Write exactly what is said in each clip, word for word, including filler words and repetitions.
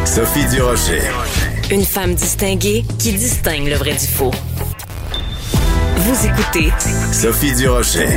Sophie Durocher. Une femme distinguée qui distingue le vrai du faux. Vous écoutez Sophie Durocher.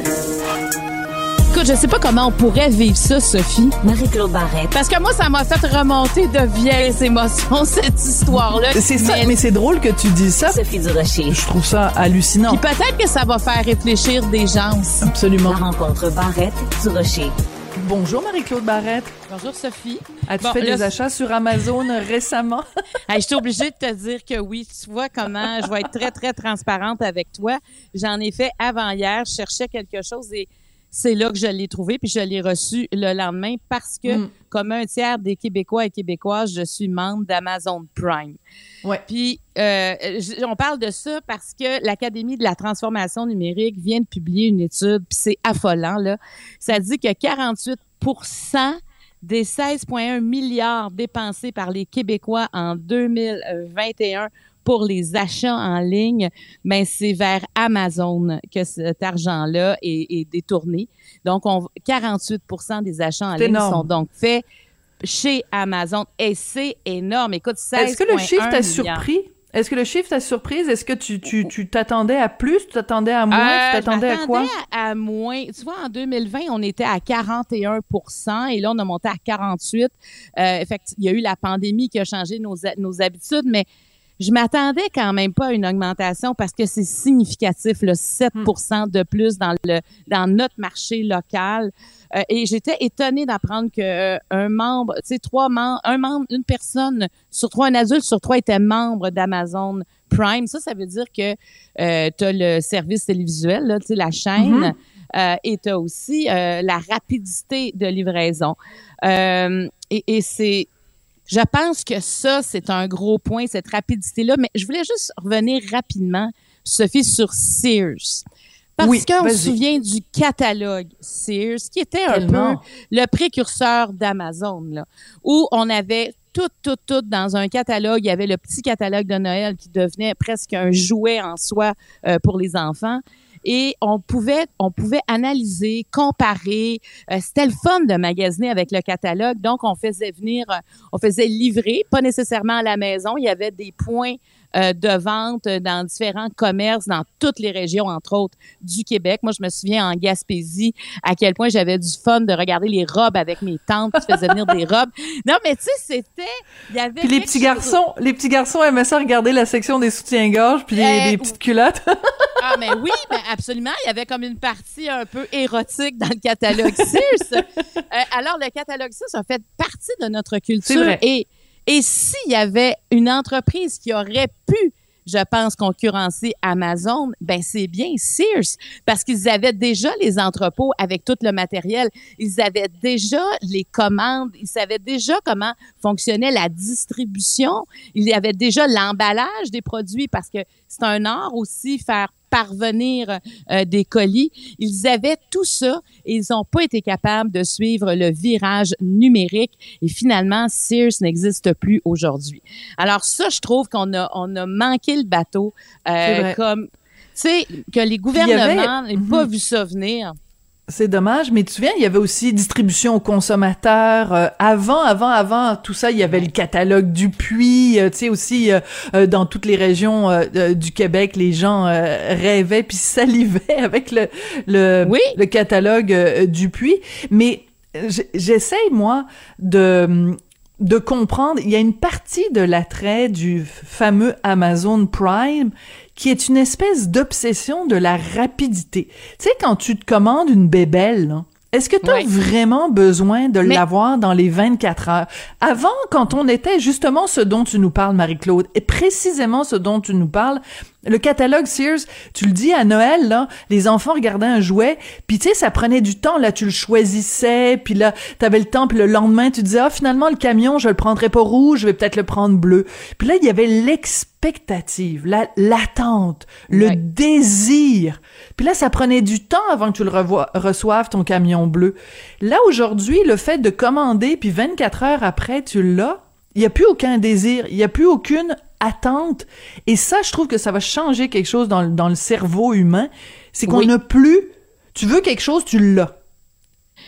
Écoute, je sais pas comment on pourrait vivre ça, Sophie. Marie-Claude Barrette. Parce que moi, ça m'a fait remonter de vieilles émotions, cette histoire-là. C'est ça, mais, mais c'est drôle que tu dis ça. Sophie Durocher. Je trouve ça hallucinant. Puis peut-être que ça va faire réfléchir des gens. Absolument. La rencontre Barrette-Durocher. Bonjour Marie-Claude Barrette. Bonjour, Sophie. As-tu Bon, fait là, des achats sur Amazon récemment? Hey, je suis obligée de te dire que oui. Tu vois comment je vais être très, très transparente avec toi. J'en ai fait avant-hier. Je cherchais quelque chose et c'est là que je l'ai trouvé, puis je l'ai reçu le lendemain parce que, mm. comme un tiers des Québécois et Québécoises, je suis membre d'Amazon Prime. Ouais. Puis, euh, on parle de ça parce que l'Académie de la transformation numérique vient de publier une étude, puis c'est affolant, là. Ça dit que quarante-huit pour cent des seize virgule un milliards dépensés par les Québécois en deux mille vingt et un pour les achats en ligne, ben c'est vers Amazon que cet argent-là est, est détourné. Donc, on, quarante-huit pour cent des achats en c'est ligne énorme. sont donc faits chez Amazon. Et c'est énorme. Écoute, seize Est-ce que le chiffre t'a milliards. surpris? Est-ce que le chiffre t'a surprise? Est-ce que tu, tu, tu t'attendais à plus? Tu t'attendais à moins? Euh, tu t'attendais à quoi? à, à moins. Tu vois, en deux mille vingt, on était à quarante et un pour cent et là, on a monté à quarante-huit. Euh, fait il y a eu la pandémie qui a changé nos, nos habitudes, mais je m'attendais quand même pas à une augmentation parce que c'est significatif, là, sept pour cent de plus dans le dans notre marché local. Euh, et j'étais étonnée d'apprendre que euh, un membre, tu sais, trois membres, un membre, une personne sur trois, un adulte sur trois était membre d'Amazon Prime. Ça, ça veut dire que euh, tu as le service télévisuel, là, tu sais, la chaîne. Mm-hmm. Euh, et tu as aussi euh, la rapidité de livraison. Euh, et, et c'est Je pense que ça, c'est un gros point, cette rapidité-là. Mais je voulais juste revenir rapidement, Sophie, sur Sears. Parce oui, qu'on vas-y. se souvient du catalogue Sears, qui était un Tellement. peu le précurseur d'Amazon, là, où on avait tout, tout, tout dans un catalogue. Il y avait le petit catalogue de Noël qui devenait presque un jouet en soi euh, pour les enfants. Et on pouvait, on pouvait analyser, comparer. Euh, c'était le fun de magasiner avec le catalogue. Donc, on faisait venir, on faisait livrer, pas nécessairement à la maison. Il y avait des points euh, de vente dans différents commerces dans toutes les régions, entre autres, du Québec. Moi, je me souviens en Gaspésie à quel point j'avais du fun de regarder les robes avec mes tantes qui faisaient venir des robes. Non, mais tu sais, c'était... Il y avait puis les petits chose... garçons, les petits garçons aimaient ça regarder la section des soutiens-gorge puis euh, des petites culottes. Ah, mais oui, mais absolument. Il y avait comme une partie un peu érotique dans le catalogue Sears. euh, alors, le catalogue Sears a fait partie de notre culture. C'est vrai. Et, et s'il y avait une entreprise qui aurait pu, je pense, concurrencer Amazon, ben c'est bien Sears, parce qu'ils avaient déjà les entrepôts avec tout le matériel. Ils avaient déjà les commandes. Ils savaient déjà comment fonctionnait la distribution. Il y avait déjà l'emballage des produits, parce que c'est un art aussi, faire parvenir euh, des colis. Ils avaient tout ça et ils n'ont pas été capables de suivre le virage numérique et finalement, Sears n'existe plus aujourd'hui. Alors ça, je trouve qu'on a, on a manqué le bateau euh, comme, tu sais, que les gouvernements n'aient mm-hmm. pas vu ça venir. C'est dommage, mais tu te souviens, il y avait aussi distribution aux consommateurs. Euh, avant, avant, avant tout ça, il y avait le catalogue Dupuis. Euh, tu sais, aussi, euh, euh, dans toutes les régions euh, euh, du Québec, les gens euh, rêvaient puis salivaient avec le le, oui. le catalogue euh, Dupuis. Mais j'essaye, moi, de... de comprendre, il y a une partie de l'attrait du fameux Amazon Prime qui est une espèce d'obsession de la rapidité. Tu sais, quand tu te commandes une bébelle, là, est-ce que tu as ouais. vraiment besoin de Mais... l'avoir dans les vingt-quatre heures? Avant, quand on était justement ce dont tu nous parles, Marie-Claude, et précisément ce dont tu nous parles, le catalogue Sears, tu le dis, à Noël, là, les enfants regardaient un jouet, puis tu sais, ça prenait du temps, là, tu le choisissais, puis là, t'avais le temps, puis le lendemain, tu disais, ah, finalement, le camion, je le prendrai pas rouge, je vais peut-être le prendre bleu. Puis là, il y avait l'expectative, la, l'attente, le ouais. désir. Puis là, ça prenait du temps avant que tu le revois, reçoives, ton camion bleu. Là, aujourd'hui, le fait de commander, puis vingt-quatre heures après, tu l'as, il n'y a plus aucun désir, il n'y a plus aucune attente. Et ça, je trouve que ça va changer quelque chose dans, dans le cerveau humain. C'est qu'on n'a oui. plus... Tu veux quelque chose, tu l'as.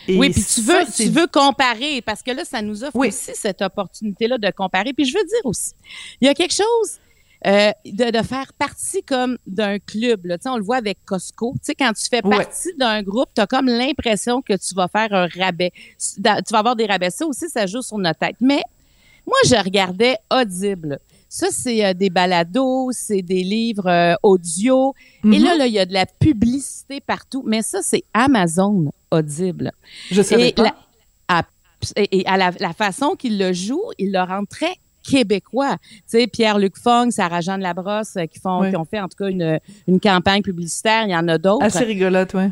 Et oui, puis tu veux, ça, tu veux comparer, parce que là, ça nous offre oui. aussi cette opportunité-là de comparer. Puis je veux dire aussi, il y a quelque chose euh, de, de faire partie comme d'un club. Là. Tu sais, on le voit avec Costco. Tu sais, quand tu fais partie ouais. d'un groupe, tu as comme l'impression que tu vas faire un rabais. Tu vas avoir des rabais. Ça aussi, ça joue sur notre tête. Mais moi, je regardais Audible. Ça, c'est euh, des balados, c'est des livres euh, audio. Mm-hmm. Et là, là, il y a de la publicité partout. Mais ça, c'est Amazon Audible. Je savais et pas. La, à, et à la, la façon qu'il le joue, il le rend très québécois. Tu sais, Pierre-Luc Fong, Sarah-Jeanne Labrosse, euh, qui font, oui. qui ont fait en tout cas une, une campagne publicitaire. Il y en a d'autres. Assez rigolote, oui.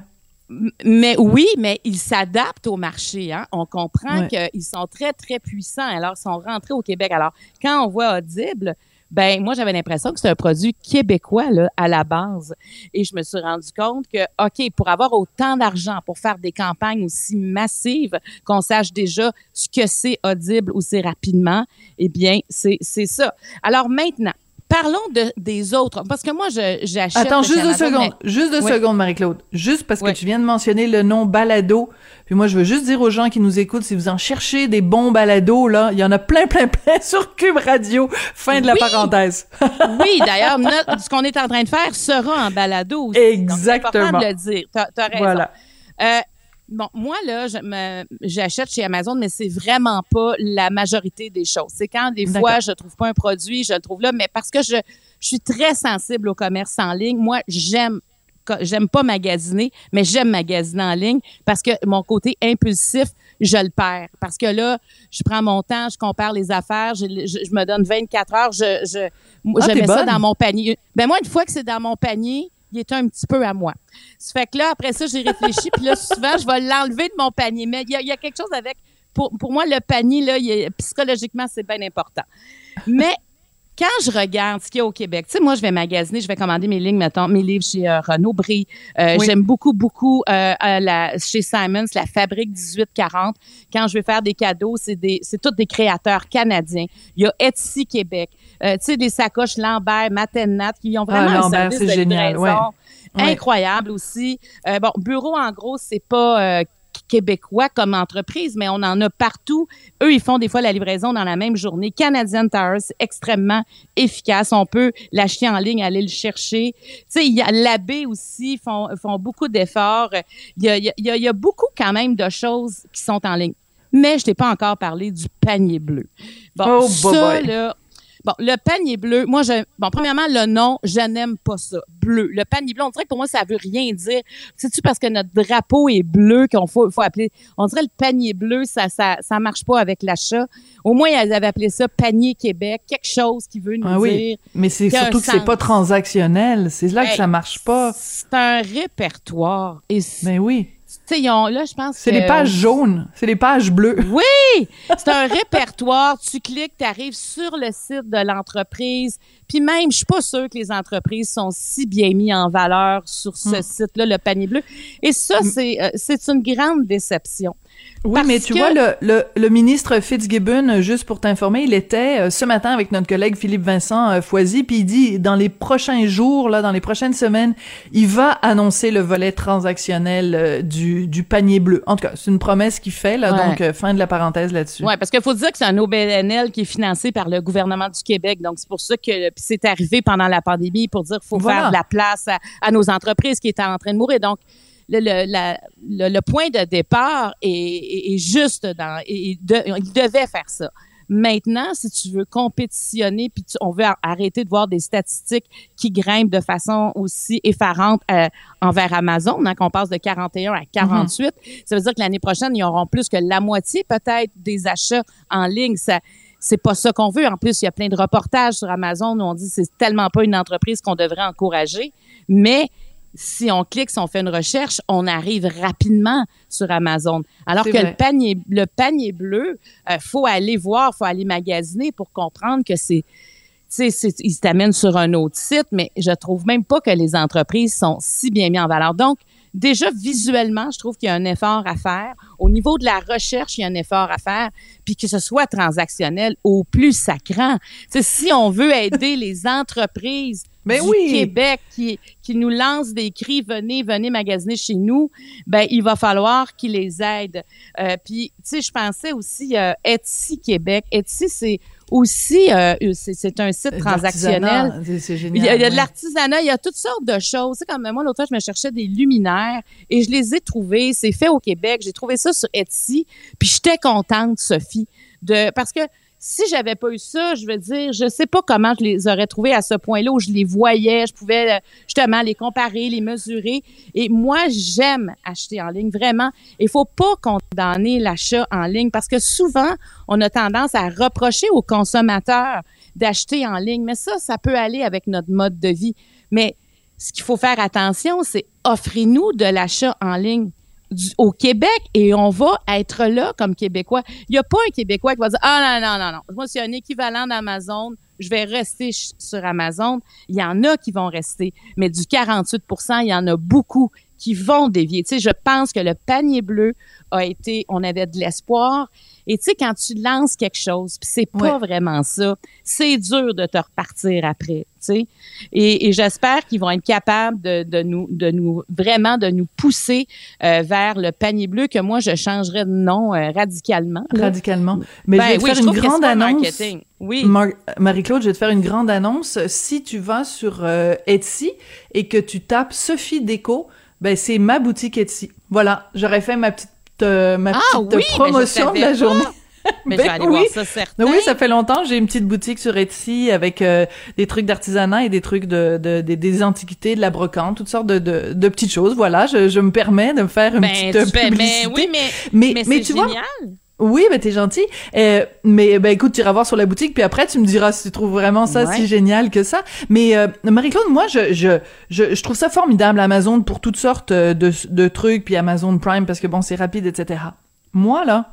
Mais oui, mais ils s'adaptent au marché. Hein? On comprend ouais. qu'ils sont très, très puissants. Alors, ils sont rentrés au Québec. Alors, quand on voit Audible, ben moi, j'avais l'impression que c'est un produit québécois là, à la base. Et je me suis rendu compte que, OK, pour avoir autant d'argent, pour faire des campagnes aussi massives, qu'on sache déjà ce que c'est Audible aussi rapidement, eh bien, c'est, c'est ça. Alors maintenant, parlons de, des autres, parce que moi, je, j'achète... Attends, juste deux Amazon, secondes, mais... juste deux oui. secondes, Marie-Claude. Juste parce que oui. tu viens de mentionner le nom balado, puis moi, je veux juste dire aux gens qui nous écoutent, si vous en cherchez des bons balados, là, il y en a plein, plein, plein sur Cube Radio. Fin de la oui. parenthèse. Oui, d'ailleurs, notre, ce qu'on est en train de faire sera en balado aussi. Exactement. Donc, c'est important de le dire. T'as, t'as raison. Voilà. Euh, Bon, moi, là, je me, j'achète chez Amazon, mais c'est vraiment pas la majorité des choses. C'est quand, des fois, D'accord. je trouve pas un produit, je le trouve là, mais parce que je, je suis très sensible au commerce en ligne. Moi, j'aime, j'aime pas magasiner, mais j'aime magasiner en ligne parce que mon côté impulsif, je le perds. Parce que là, je prends mon temps, je compare les affaires, je, je, je me donne vingt-quatre heures, je, je, ah, je mets ça dans mon panier. Ben moi, une fois que c'est dans mon panier, il est un petit peu à moi. Ça fait que là, après ça, j'ai réfléchi, puis là, souvent, je vais l'enlever de mon panier. Mais il y a, il y a quelque chose avec... Pour, pour moi, le panier, là, il est, psychologiquement, c'est bien important. Mais quand je regarde ce qu'il y a au Québec, tu sais, moi, je vais magasiner, je vais commander mes lignes, mettons, mes livres chez euh, Renaud Bré. Euh, oui. J'aime beaucoup, beaucoup euh, la, chez Simons, la Fabrique dix-huit quarante. Quand je vais faire des cadeaux, c'est des, c'est tous des créateurs canadiens. Il y a Etsy Québec. Euh, tu sais, des sacoches Lambert, Matennat, qui ont vraiment ah, Lambert, un service de génial, livraison ouais. incroyable ouais. aussi. Euh, bon, Bureau, en gros, c'est pas... Euh, québécois comme entreprise, mais on en a partout. Eux, ils font des fois la livraison dans la même journée. Canadian Tire, c'est extrêmement efficace. On peut l'acheter en ligne, aller le chercher. Tu sais, il y a Labbé aussi, font, font beaucoup d'efforts. Il y a, il y a, il y a beaucoup quand même de choses qui sont en ligne. Mais je t'ai pas encore parlé du panier bleu. Bon, oh, ça, boy. là... Bon, le panier bleu, moi, je, bon, premièrement, le nom, je n'aime pas ça. Bleu. Le panier bleu, on dirait que pour moi, ça veut rien dire. C'est-tu parce que notre drapeau est bleu qu'on faut, faut appeler, on dirait le panier bleu, ça, ça, ça marche pas avec l'achat. Au moins, ils avaient appelé ça panier Québec, quelque chose qui veut nous ah, oui. dire. Mais c'est surtout que sens. c'est pas transactionnel. C'est là hey, que ça marche pas. C'est un répertoire. Et ben oui. Tu sais, ils ont, là, je pense c'est que... C'est les pages jaunes, c'est les pages bleues. Oui! C'est un répertoire. Tu cliques, tu arrives sur le site de l'entreprise. Puis même, je suis pas sûre que les entreprises sont si bien mis en valeur sur ce hum. site-là, le panier bleu. Et ça, hum. c'est, euh, c'est une grande déception. Oui, mais tu que... vois, le, le, le ministre Fitzgibbon, juste pour t'informer, il était euh, ce matin avec notre collègue Philippe Vincent euh, Foisy, puis il dit, dans les prochains jours, là, dans les prochaines semaines, il va annoncer le volet transactionnel euh, du, du panier bleu. En tout cas, c'est une promesse qu'il fait, là, ouais. donc euh, fin de la parenthèse là-dessus. Oui, parce qu'il faut dire que c'est un O B N L qui est financé par le gouvernement du Québec, donc c'est pour ça que puis c'est arrivé pendant la pandémie pour dire qu'il faut voilà. faire de la place à, à nos entreprises qui étaient en train de mourir. Donc, Le, le, la, le, le point de départ est, est, est juste dans... Est, de, il devait faire ça. Maintenant, si tu veux compétitionner, puis tu, on veut arrêter de voir des statistiques qui grimpent de façon aussi effarante euh, envers Amazon, hein, qu'on passe de quarante et un à quarante-huit, mm-hmm. ça veut dire que l'année prochaine, ils auront plus que la moitié peut-être des achats en ligne. Ça, c'est pas ça qu'on veut. En plus, il y a plein de reportages sur Amazon où on dit que c'est tellement pas une entreprise qu'on devrait encourager, mais si on clique, si on fait une recherche, on arrive rapidement sur Amazon. Alors c'est que vrai. le panier, le panier bleu, euh, faut aller voir, faut aller magasiner pour comprendre que c'est, tu sais, ils t'amènent sur un autre site, mais je trouve même pas que les entreprises sont si bien mises en valeur. Donc, déjà, visuellement, je trouve qu'il y a un effort à faire. Au niveau de la recherche, il y a un effort à faire. Puis que ce soit transactionnel au plus sacrant. Tu sais, si on veut aider les entreprises ben du oui. Québec qui, qui nous lance des cris, venez, venez magasiner chez nous, ben il va falloir qu'ils les aident. Euh, puis, tu sais, je pensais aussi euh, Etsy Québec. Etsy, c'est aussi, euh, c'est, c'est un site transactionnel. C'est, c'est génial. Il y a, il y a de ouais. l'artisanat, il y a toutes sortes de choses. C'est comme moi, l'autre fois, je me cherchais des luminaires et je les ai trouvés. C'est fait au Québec. J'ai trouvé ça sur Etsy. Puis j'étais contente, Sophie, de parce que si j'avais pas eu ça, je veux dire, je sais pas comment je les aurais trouvés à ce point-là où je les voyais, je pouvais justement les comparer, les mesurer. Et moi, j'aime acheter en ligne, vraiment. Il faut pas condamner l'achat en ligne parce que souvent, on a tendance à reprocher aux consommateurs d'acheter en ligne. Mais ça, ça peut aller avec notre mode de vie. Mais ce qu'il faut faire attention, c'est offrez-nous de l'achat en ligne du, au Québec et on va être là comme Québécois. Il n'y a pas un Québécois qui va dire « Ah non, non, non, non. Moi, s'il y a un équivalent d'Amazon, je vais rester ch- sur Amazon. » Il y en a qui vont rester, mais du quarante-huit pour cent, il y en a beaucoup qui vont dévier. Tu sais, je pense que le panier bleu a été, on avait de l'espoir. Et tu sais, quand tu lances quelque chose, puis c'est pas ouais. vraiment ça, c'est dur de te repartir après, tu sais. Et, et j'espère qu'ils vont être capables de, de nous, de nous vraiment de nous pousser euh, vers le panier bleu que moi je changerais de nom euh, radicalement. Là. Radicalement. Mais ben, je vais te oui, faire je une grande annonce. Marketing. Oui. Mar- Marie-Claude, je vais te faire une grande annonce. Si tu vas sur euh, Etsy et que tu tapes Sophie Déco, ben c'est ma boutique Etsy. Voilà, j'aurais fait ma petite euh, ma ah, petite oui, promotion de la pas. journée. Mais ben, je vais aller oui. voir ça, certain. Oui, ça fait longtemps. J'ai une petite boutique sur Etsy avec euh, des trucs d'artisanat et des trucs de, de, de des antiquités, de la brocante, toutes sortes de, de, de petites choses. Voilà, je, je me permets de faire une ben, petite tu fais, publicité. Mais oui, mais, mais, mais, mais c'est tu génial. vois. Oui, ben t'es gentil. Euh, mais ben écoute, tu iras voir sur la boutique, puis après tu me diras si tu trouves vraiment ça ouais. si génial que ça. Mais euh, Marie-Claude, moi je, je je je trouve ça formidable Amazon pour toutes sortes de de trucs, puis Amazon Prime parce que bon c'est rapide, et cetera. Moi là,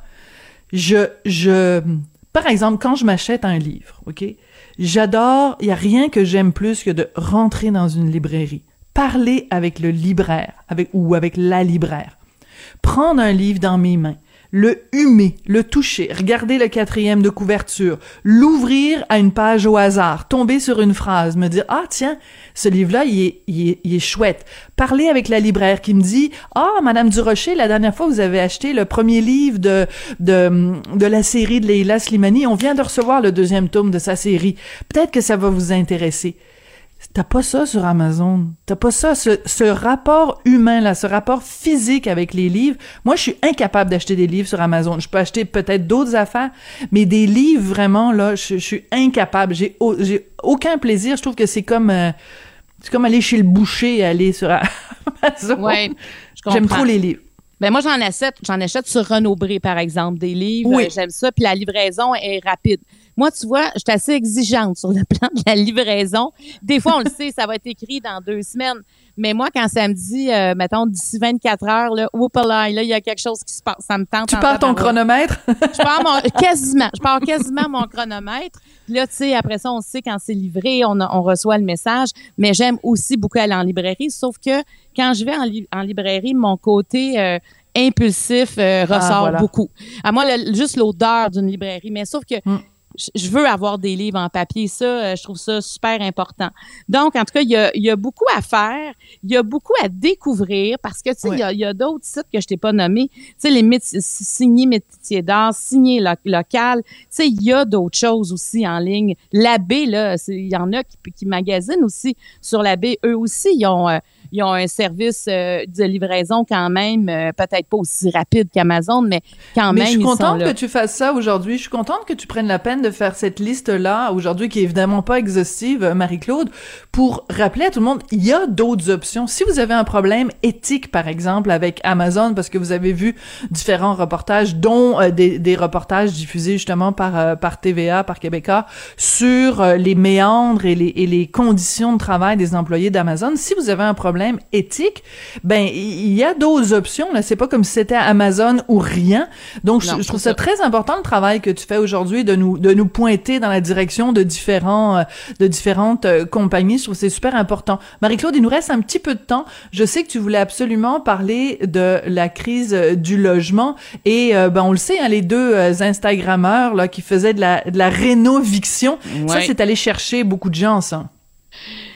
je je par exemple quand je m'achète un livre, ok, j'adore. Il y a rien que j'aime plus que de rentrer dans une librairie, parler avec le libraire, avec ou avec la libraire, prendre un livre dans mes mains. Le humer, le toucher, regarder le quatrième de couverture, l'ouvrir à une page au hasard, tomber sur une phrase, me dire « Ah, tiens, ce livre-là, il est, il est, il est chouette. » Parler avec la libraire qui me dit « Ah, Madame Durocher, la dernière fois, vous avez acheté le premier livre de, de, de la série de Leila Slimani. On vient de recevoir le deuxième tome de sa série. Peut-être que ça va vous intéresser. » T'as pas ça sur Amazon. T'as pas ça, ce, ce rapport humain-là, ce rapport physique avec les livres. Moi, je suis incapable d'acheter des livres sur Amazon. Je peux acheter peut-être d'autres affaires, mais des livres, vraiment, là, je, je suis incapable. J'ai, j'ai aucun plaisir. Je trouve que c'est comme, euh, c'est comme aller chez le boucher et aller sur Amazon. Ouais, je comprends. J'aime trop les livres. Ben moi, j'en achète, j'en achète sur Renaud-Bré, par exemple, des livres. Oui. Euh, j'aime ça. Puis la livraison est rapide. Moi, tu vois, je suis assez exigeante sur le plan de la livraison. Des fois, on le sait, ça va être écrit dans deux semaines. Mais moi, quand ça me dit, euh, mettons, d'ici vingt-quatre heures, là, là, il y a quelque chose qui se passe. Ça me tente. Tu pars ton chronomètre? Je pars mon, quasiment. Je pars quasiment mon chronomètre. Puis là, tu sais, après ça, on sait quand c'est livré, on, a, on reçoit le message. Mais j'aime aussi beaucoup aller en librairie. Sauf que quand je vais en, li- en librairie, mon côté euh, impulsif euh, ressort ah, voilà. beaucoup. À moi, le, juste l'odeur d'une librairie. Mais sauf que mm. je veux avoir des livres en papier. Ça, je trouve ça super important. Donc, en tout cas, il y a, il y a beaucoup à faire. Il y a beaucoup à découvrir parce que, tu sais, ouais. il y a, il y a d'autres sites que je t'ai pas nommés. Tu sais, les métiers, signés métiers d'art, signés lo- local. Tu sais, il y a d'autres choses aussi en ligne. L'abbé, là, il y en a qui, qui magasinent aussi sur l'abbé. Eux aussi, ils ont... Euh, Ils ont un service euh, de livraison quand même, euh, peut-être pas aussi rapide qu'Amazon, mais quand mais même, je suis ils contente sont là. que tu fasses ça aujourd'hui. Je suis contente que tu prennes la peine de faire cette liste-là aujourd'hui, qui est évidemment pas exhaustive, Marie-Claude, pour rappeler à tout le monde, il y a d'autres options. Si vous avez un problème éthique, par exemple, avec Amazon, parce que vous avez vu différents reportages, dont euh, des, des reportages diffusés justement par euh, par T V A, par Québécois, sur euh, les méandres et les, et les conditions de travail des employés d'Amazon, si vous avez un problème éthique, ben il y a d'autres options là, c'est pas comme si c'était Amazon ou rien. Donc non, je, je trouve ça, ça très important le travail que tu fais aujourd'hui de nous de nous pointer dans la direction de différents euh, de différentes euh, compagnies. Je trouve que c'est super important. Marie-Claude, il nous reste un petit peu de temps. Je sais que tu voulais absolument parler de la crise euh, du logement et euh, ben on le sait hein, les deux euh, Instagrammeurs là qui faisaient de la de la rénoviction, ouais. Ça c'est allé chercher beaucoup de gens ça.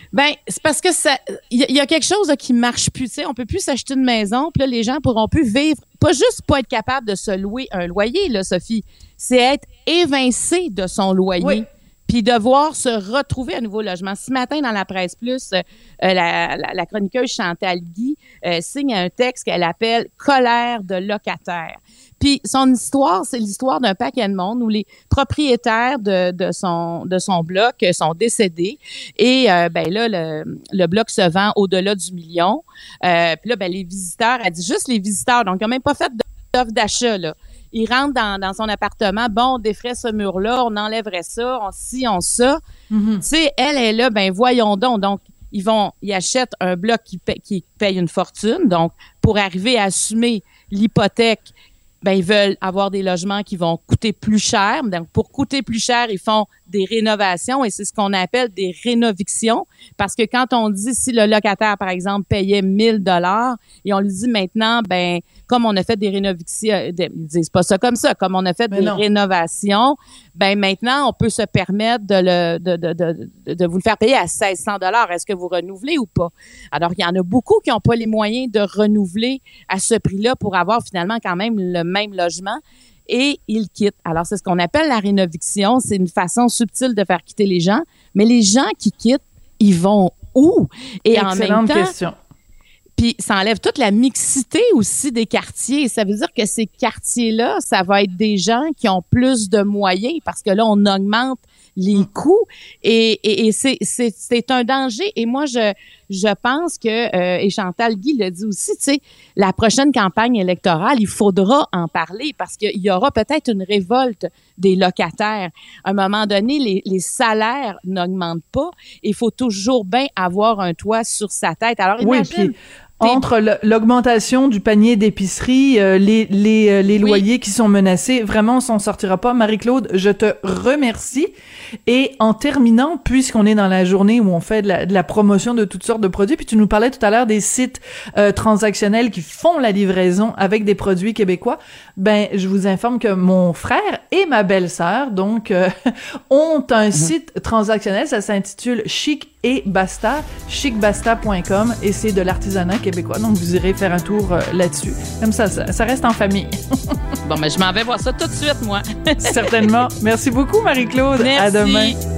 Ben, c'est parce que ça, il y, y a quelque chose là, qui marche plus. Tu sais, on peut plus s'acheter une maison, puis là, les gens pourront plus vivre. Pas juste pas être capable de se louer un loyer, là, Sophie. C'est être évincé de son loyer. Oui. Puis devoir se retrouver à nouveau logement. Ce matin, dans la Presse Plus, euh, la, la, la chroniqueuse Chantal Guy euh, signe un texte qu'elle appelle « Colère de locataire ». Puis son histoire, c'est l'histoire d'un paquet de monde où les propriétaires de, de son de son bloc sont décédés et euh, ben là le, le bloc se vend au-delà du million. Euh, puis là ben les visiteurs, elle dit juste les visiteurs, donc ils n'ont même pas fait d'offre d'achat là. Il rentre dans, dans son appartement, bon, on défrait ce mur-là, on enlèverait ça, on ci, on ça. Mm-hmm. Tu sais, elle est là, ben voyons donc. Donc, ils vont, ils achètent un bloc qui paye, qui paye une fortune. Donc, pour arriver à assumer l'hypothèque, ben ils veulent avoir des logements qui vont coûter plus cher. Donc, pour coûter plus cher, ils font des rénovations et c'est ce qu'on appelle des rénovictions. Parce que quand on dit, si le locataire, par exemple, payait mille dollars et on lui dit maintenant, ben comme on a fait des rénovictions, ils disent pas ça comme ça, comme on a fait Mais des non. rénovations, ben maintenant, on peut se permettre de, le, de, de, de, de vous le faire payer à seize cents dollars. Est-ce que vous renouvelez ou pas? Alors, il y en a beaucoup qui n'ont pas les moyens de renouveler à ce prix-là pour avoir finalement quand même le même logement. Et ils quittent. Alors, c'est ce qu'on appelle la rénoviction. C'est une façon subtile de faire quitter les gens. Mais les gens qui quittent, ils vont où? Et Excellente en même temps, question. Puis ça enlève toute la mixité aussi des quartiers. Ça veut dire que ces quartiers-là, ça va être des gens qui ont plus de moyens parce que là, on augmente les coûts et, et, et c'est, c'est, c'est un danger. Et moi, je, je pense que, euh, et Chantal Guy le dit aussi, tu sais, la prochaine campagne électorale, il faudra en parler parce qu'il y aura peut-être une révolte des locataires. À un moment donné, les, les salaires n'augmentent pas. Il faut toujours bien avoir un toit sur sa tête. Alors, imagine... Oui, puis entre le, l'augmentation du panier d'épicerie, euh, les, les, euh, les loyers oui. qui sont menacés, vraiment, on s'en sortira pas. Marie-Claude, je te remercie. Et en terminant, puisqu'on est dans la journée où on fait de la, de la promotion de toutes sortes de produits, puis tu nous parlais tout à l'heure des sites euh, transactionnels qui font la livraison avec des produits québécois, ben je vous informe que mon frère et ma belle-sœur, donc, euh, ont un mmh. site transactionnel, ça s'intitule Chic et Basta, chic basta point com, et c'est de l'artisanat québécois, donc vous irez faire un tour euh, là-dessus. Comme ça, ça, ça reste en famille. Bon, mais je m'en vais voir ça tout de suite, moi. Certainement. Merci beaucoup, Marie-Claude. Merci. À demain.